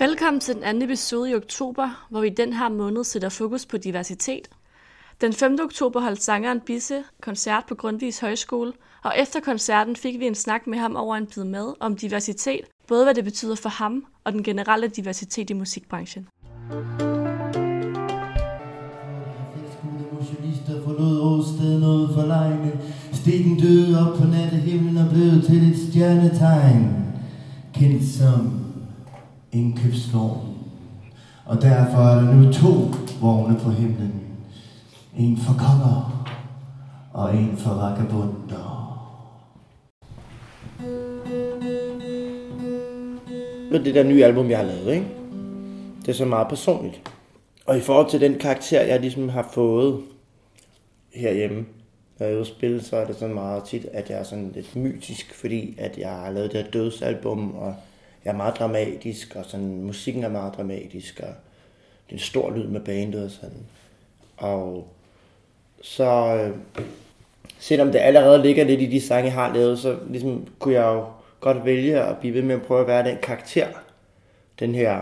Velkommen til den anden episode i oktober, hvor vi den her måned sætter fokus på diversitet. Den 5. oktober holdt sangeren Bisse koncert på Grundtvigs Højskole, og efter koncerten fik vi en snak med ham over en bid mad om diversitet, både hvad det betyder for ham og den generelle diversitet i musikbranchen. Motionister forlod åstedet noget for lejene. Stegen døde op på nattehimlen og blev til et stjernetegn, kendt som indkøbsvogn. Og derfor er der nu 2 vogne på himlen. En for konger og en for vagabunder. Det der nye album, jeg har lavet, ikke? Det er så meget personligt. Og i forhold til den karakter, jeg ligesom har fået herhjemme, når jeg er ude at spille, så er det sådan meget tit, at jeg er sådan lidt mytisk, fordi at jeg har lavet det her dødsalbum, og jeg er meget dramatisk, og sådan, musikken er meget dramatisk, og det er en stor lyd med bandet og sådan. Og så, selvom det allerede ligger lidt i de sange, jeg har lavet, så ligesom kunne jeg jo godt vælge at blive ved med at prøve at være den karakter. Den her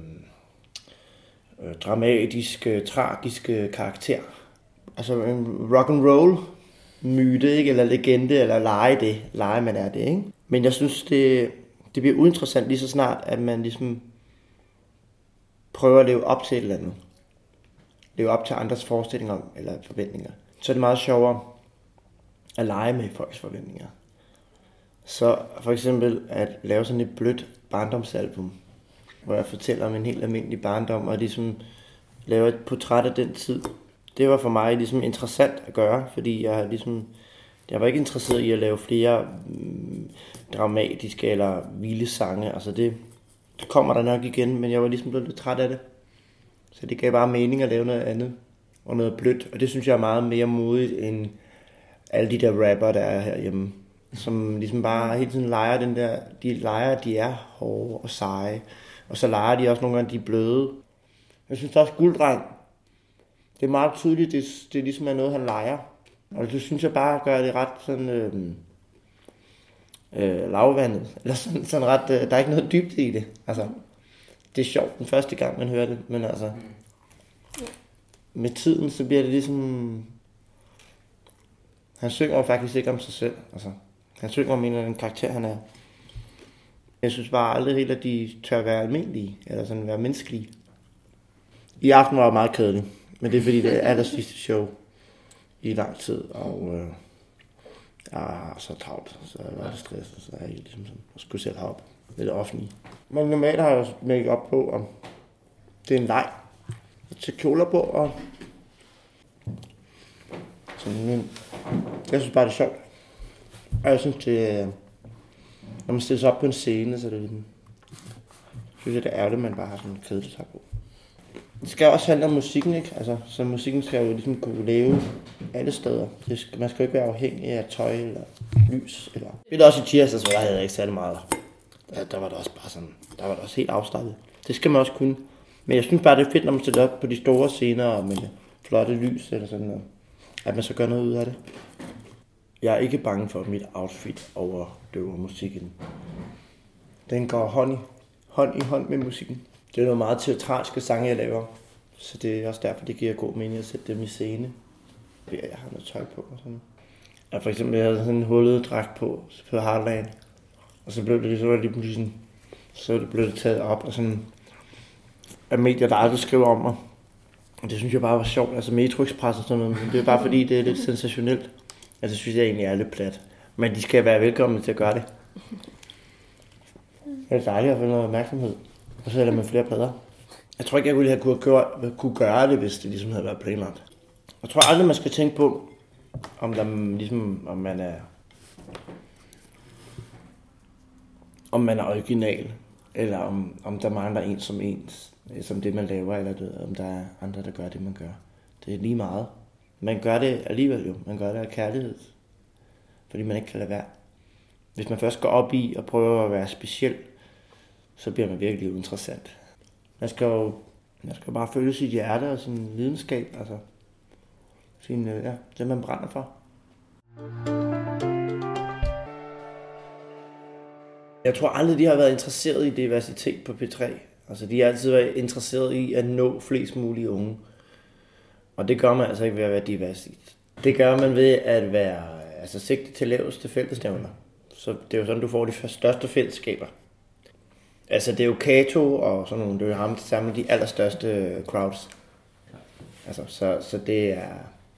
dramatiske, tragiske karakter. Altså en rock and roll myte, ikke? Eller legende, eller lege man er det, ikke? Men jeg synes, det bliver uinteressant lige så snart, at man ligesom prøver at leve op til et eller andet. Leve op til andres forestillinger om, eller forventninger. Så er det meget sjovere at lege med folks forventninger. Så for eksempel at lave sådan et blødt barndomsalbum, hvor jeg fortæller om en helt almindelig barndom, og ligesom laver et portræt af den tid. Det var for mig ligesom interessant at gøre, fordi jeg var ikke interesseret i at lave flere dramatiske eller vilde sange. Altså det kommer der nok igen, men jeg var ligesom blevet lidt træt af det. Så det gav bare mening at lave noget andet og noget blødt, og det synes jeg er meget mere modigt end alle de der rapper, der er herhjemme, som ligesom bare hele tiden leger den der, de er hårde og seje, og så leger de også nogle gange, de er bløde. Jeg synes også Gulddreng, det er meget tydeligt, det ligesom er noget, han leger. Og det synes jeg bare gør det ret sådan lavvandet, eller sådan ret, der er ikke noget dybt i det. Altså, det er sjovt den første gang, man hører det, men altså, med tiden, så bliver det ligesom, han synger jo faktisk ikke om sig selv, altså. Han synger om en eller anden karakter, han er. Jeg synes bare aldrig helt, at de tør være almindelige, eller sådan være menneskelige. I aften var jeg meget kedelig, men det er fordi, det er aller sidste show i lang tid, og jeg er så travlt, så jeg var lidt stresset, så jeg ligesom sådan, og skulle selv herop ved det offentlige. Men normalt har jeg make op på, og det er en leg. Jeg tager kjoler på, og sådan, men jeg synes bare, det er sjovt. Og jeg synes, det når man stiller sig op på en scene, så er det lidt, synes jeg, det er ærgerligt, at man bare har sådan en kæde, der tager på. Det skal også handle om musikken, ikke? Altså, så musikken skal jo ligesom kunne leve alle steder. Man skal jo ikke være afhængig af tøj eller lys. Eller. Det er også i tirsdags, hvor der havde jeg ikke særlig meget. Der var det også bare sådan, der var det også helt afslappet. Det skal man også kunne. Men jeg synes bare, det er fedt, når man stiller op på de store scener med flotte lys eller sådan noget. At man så gør noget ud af det. Jeg er ikke bange for, at mit outfit overdøver musikken. Den går hånd i hånd med musikken. Det er noget meget teatralske sange, jeg laver. Så det er også derfor, det giver god mening at sætte dem i scene. Jeg har noget tøj på og sådan. Og for eksempel, jeg havde sådan en hullet dragt på Hardland. Og så blev det lige pludselig så det blev det taget op og sådan af medier, der aldrig skriver om mig. Og det synes jeg bare var sjovt. Altså Metro Express og sådan noget. Men det er bare fordi, det er lidt sensationelt. Altså, det synes jeg egentlig er lidt plat. Men de skal være velkomne til at gøre det. Det er dejligt at få noget opmærksomhed. Og så er der med flere plader. Jeg tror ikke, jeg ville have kunne gøre det, hvis det ligesom havde været planlagt. Jeg tror aldrig, man skal tænke på, om man er original, eller om der mangler en som det man laver, eller om der er andre, der gør det, man gør. Det er lige meget. Man gør det alligevel jo. Man gør det af kærlighed. Fordi man ikke kan lade være. Hvis man først går op i og prøver at være speciel, så bliver man virkelig uinteressant. Man skal bare følge sit hjerte og sin lidenskab. Altså det man brænder for. Jeg tror aldrig, de har været interesseret i diversitet på P3. Altså, de har altid været interesseret i at nå flest mulige unge. Og det gør man altså ikke ved at være diversitet. Det gør man ved at være sigtet til laveste fællesnævner. Så det er jo sådan, du får de største fællesskaber. Altså, det er jo Kato og sådan nogle, det er jo ham sammen de allerstørste crowds. Altså, så det er...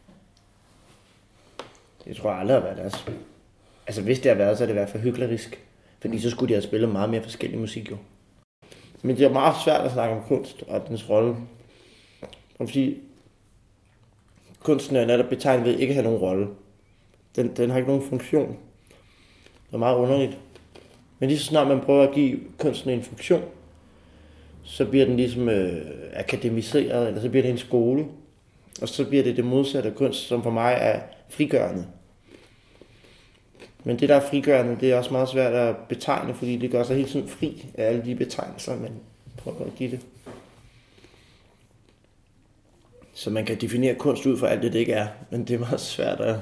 Jeg tror aldrig har været deres. Altså, hvis det har været, så er det i hvert fald hyklerisk. Fordi så skulle de have spillet meget mere forskellig musik, jo. Men det er meget svært at snakke om kunst og dens rolle. Fordi kunsten er netop betegnet ved ikke at have nogen rolle. Den har ikke nogen funktion. Det er meget underligt. Men lige så snart man prøver at give kunsten en funktion, så bliver den ligesom akademiseret, eller så bliver det en skole. Og så bliver det modsatte af kunst, som for mig er frigørende. Men det, der er frigørende, det er også meget svært at betegne, fordi det gør sig hele tiden fri af alle de betegnelser, man prøver at give det. Så man kan definere kunst ud fra alt det ikke er, men det er meget svært at...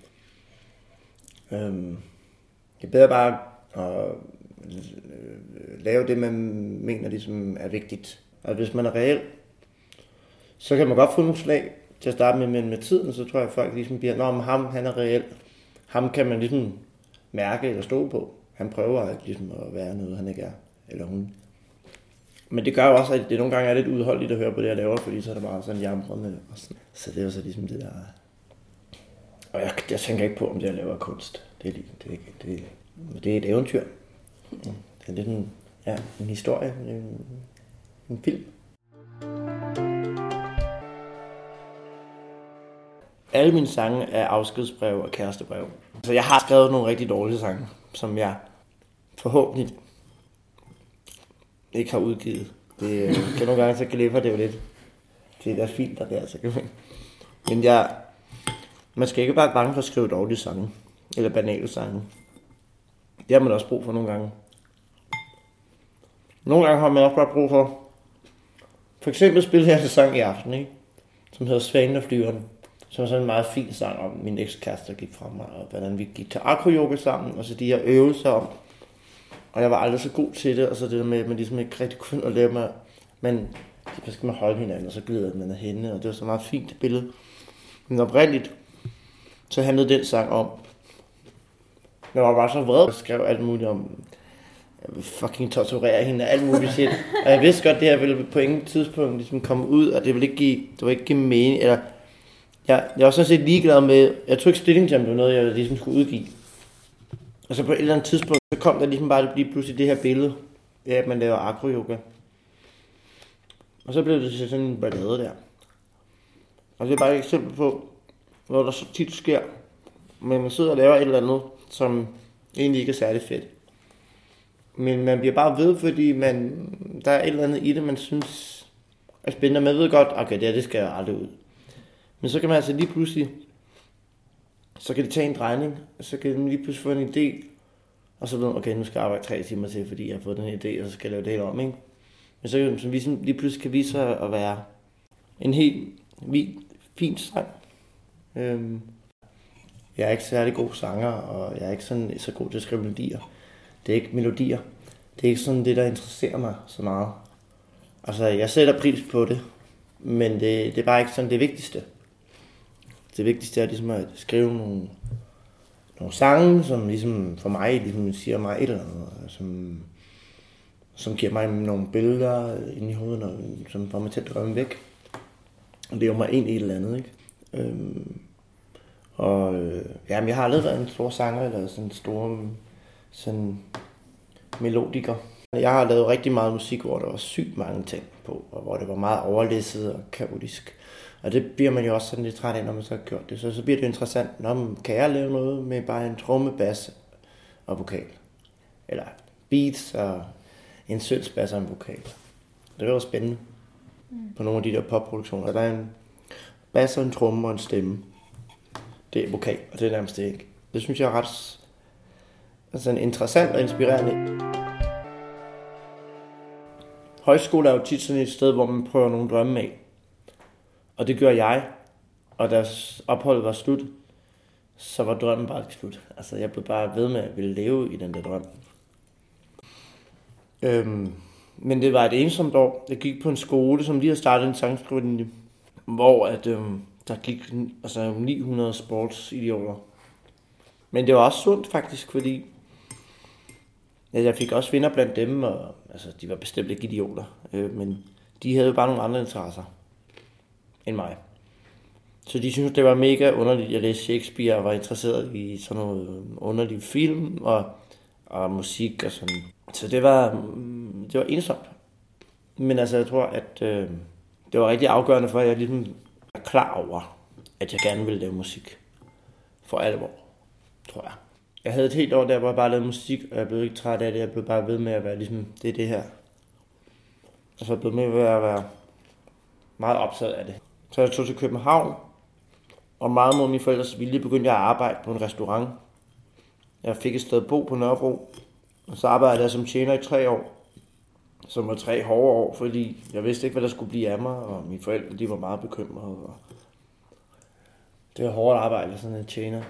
Det er bedre bare at lave det, man mener ligesom er vigtigt. Og hvis man er reel, så kan man godt få nogle slag til at starte med, men med tiden, så tror jeg, at folk ligesom bliver, men ham, han er reel. Ham kan man ligesom mærke eller stå på. Han prøver ligesom at være noget, han ikke er, eller hun. Men det gør jo også, at det nogle gange er lidt udholdeligt at høre på det, jeg laver, fordi så er det bare sådan jamrende. Så det er jo så ligesom det der... Og jeg tænker ikke på, om det, jeg laver kunst. Det er et eventyr. Det er lidt en historie, en film. Alle mine sange er afskedsbrev og kærestebrev. Så jeg har skrevet nogle rigtig dårlige sange, som jeg forhåbentlig ikke har udgivet. Det kan nogle gange så glipper det jo lidt. Det der filter der, så kan man. Men man skal ikke være bange for at skrive dårlige sange. Eller banale sange. Det har man også brug for nogle gange. Nogle gange har man også bare brug for eksempel spille her en sang i aften, ikke? Som hedder Svanen og Flyveren. Som er sådan en meget fin sang om min ekskæreste, der gik fra mig, og hvordan vi gik til acro-yoga sammen, og så de her øvelser om. Og jeg var aldrig så god til det, og så det der med, at man ligesom ikke rigtig kunne at lave mig, men så skal man holde hinanden, og så glider man af hende, og det var så meget fint billede. Men oprindeligt, så handlede den sang om, jeg var bare så vred, og skrev alt muligt om, jeg vil fucking torturere hende, og alt muligt shit. Og jeg vidste godt, det her ville på ingen tidspunkt ligesom komme ud, og det ville ikke give mening, eller jeg var sådan set ligeglad med, jeg tog ikke stilling til, om det var noget, jeg ligesom skulle udgive. Og så på et eller andet tidspunkt, så kom der ligesom bare lige pludselig det her billede, af at man laver acro-yoga. Og så blev det sådan en ballade der. Og det er bare et eksempel på, hvor der så tit sker, men man sidder og laver et eller andet, som egentlig ikke er særlig fedt. Men man bliver bare ved, fordi der er et eller andet i det, man synes er spændende. Man ved godt, okay, det skal jeg aldrig ud. Men så kan man altså lige pludselig, så kan det tage en drejning, og så kan man lige pludselig få en idé, og så ved man, okay, nu skal jeg arbejde 3 timer til, fordi jeg har fået den her idé, og så skal jeg lave det hele om, ikke? Men så kan det lige pludselig kan vise sig at være en helt fin sang. Jeg er ikke særlig god sanger, og jeg er ikke så god til at skrive melodier. Det er ikke melodier. Det er ikke sådan det, der interesserer mig så meget. Altså, jeg sætter pris på det, men det er bare ikke sådan det vigtigste. Det vigtigste er ligesom at skrive nogle sange, som ligesom for mig ligesom siger mig et eller andet, som giver mig nogle billeder ind i hovedet, og som får mig til at drømme væk. Og det er jo mig ind i et eller andet, ikke? Jamen, jeg har aldrig været en stor sanger, eller sådan en stor melodiker. Jeg har lavet rigtig meget musik, hvor der var sygt mange ting på, og hvor det var meget overlæsset og kaotisk. Og det bliver man jo også sådan lidt træt af, når man så har gjort det. Så bliver det interessant, kan jeg lave noget med bare en tromme, bas og vokal? Eller beats og en synthsbass og en vokal. Det var jo spændende på nogle af de der popproduktioner. Der er en bas og en tromme og en stemme. Det er vokal, og det er nærmest det ikke. Det synes jeg er ret interessant og inspirerende. Højskole er jo tit sådan et sted, hvor man prøver nogle drømme af. Og det gør jeg. Og da opholdet var slut, så var drømmen bare ikke slut. Altså, jeg blev bare ved med at ville leve i den der drøm. Men det var et ensomt år. Jeg gik på en skole, som lige havde startet en sangskrivelinje, hvor der gik 900 sportsidioter. Men det var også sundt faktisk, fordi jeg fik også venner blandt dem, og de var bestemt ikke idioter, men de havde jo bare nogle andre interesser end mig. Så de syntes, det var mega underligt. Jeg læste Shakespeare og var interesseret i sådan noget underlig film og musik og sådan. Så det var ensomt. Men jeg tror, at det var rigtig afgørende for, at jeg ligesom var klar over, at jeg gerne ville lave musik. For alvor, tror jeg. Jeg havde et helt år der, hvor jeg bare lavede musik, og jeg blev ikke træt af det. Jeg blev bare ved med at være ligesom, det her. Og så blev jeg med at være meget optaget af det. Så jeg tog til København, og meget mod mine forældres vilje begyndte jeg at arbejde på en restaurant. Jeg fik et sted at bo på Nørrebro, og så arbejdede jeg som tjener i 3 år. Som var 3 hårde år, fordi jeg vidste ikke, hvad der skulle blive af mig, og mine forældre, de var meget bekymrede. Og det var hårdt arbejde, sådan en tjener.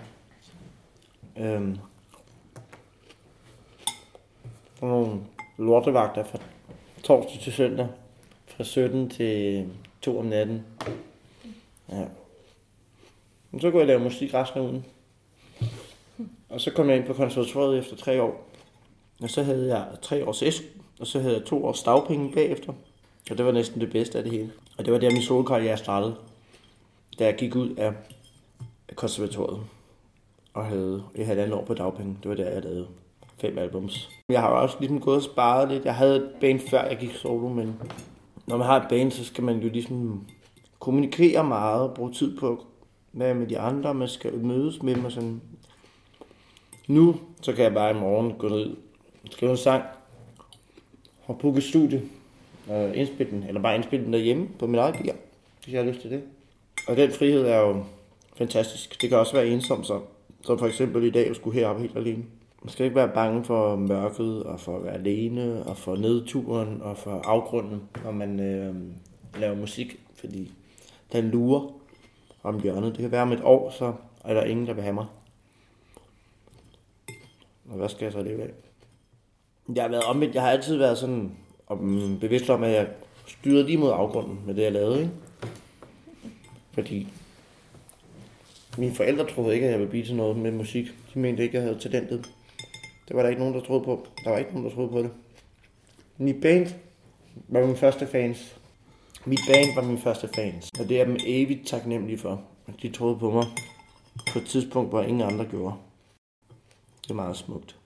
Nogle lortevagter fra torsdag til søndag, fra 17 til 2 om natten. Ja. Men så kunne jeg lave musik resten af ugen. Og så kom jeg ind på konservatoriet efter 3 år. Og så havde jeg 3 års SU, og så havde jeg 2 års dagpenge bagefter. Og det var næsten det bedste af det hele. Og det var der min solokarriere startede. Da jeg gik ud af konservatoriet og havde et halvandet år på dagpenge. Det var der, jeg lavede 5 albums. Jeg har også ligesom gået og sparet lidt. Jeg havde et band før jeg gik solo, men når man har et band, så skal man jo ligesom kommunikere meget og bruge tid på at være med de andre. Man skal mødes med dem og sådan. Nu så kan jeg bare i morgen gå ned, skrive en sang og booke et studie og indspille den, eller bare indspille den derhjemme på mit eget gear, hvis jeg har lyst til det. Og den frihed er jo fantastisk. Det kan også være ensomt, som for eksempel i dag, at skulle heroppe helt alene. Man skal ikke være bange for mørket, og for at være alene, og for nedturen, og for afgrunden, når man laver musik, fordi den lurer om hjørnet. Det kan være om et år, så er der ingen, der vil have mig. Og hvad skal jeg så leve af? Jeg har været omvendt. Jeg har altid været sådan bevidst om, at jeg styrede lige mod afgrunden med det, jeg lavede, ikke? Fordi mine forældre troede ikke, at jeg ville blive til noget med musik. De mente ikke, at jeg havde talentet. Det var der ikke nogen, der troede på. Der var ikke nogen, der troede på det. Mit band var min første fans. Og det er dem evigt taknemmelige for, at de troede på mig på et tidspunkt, hvor ingen andre gjorde. Det er meget smukt.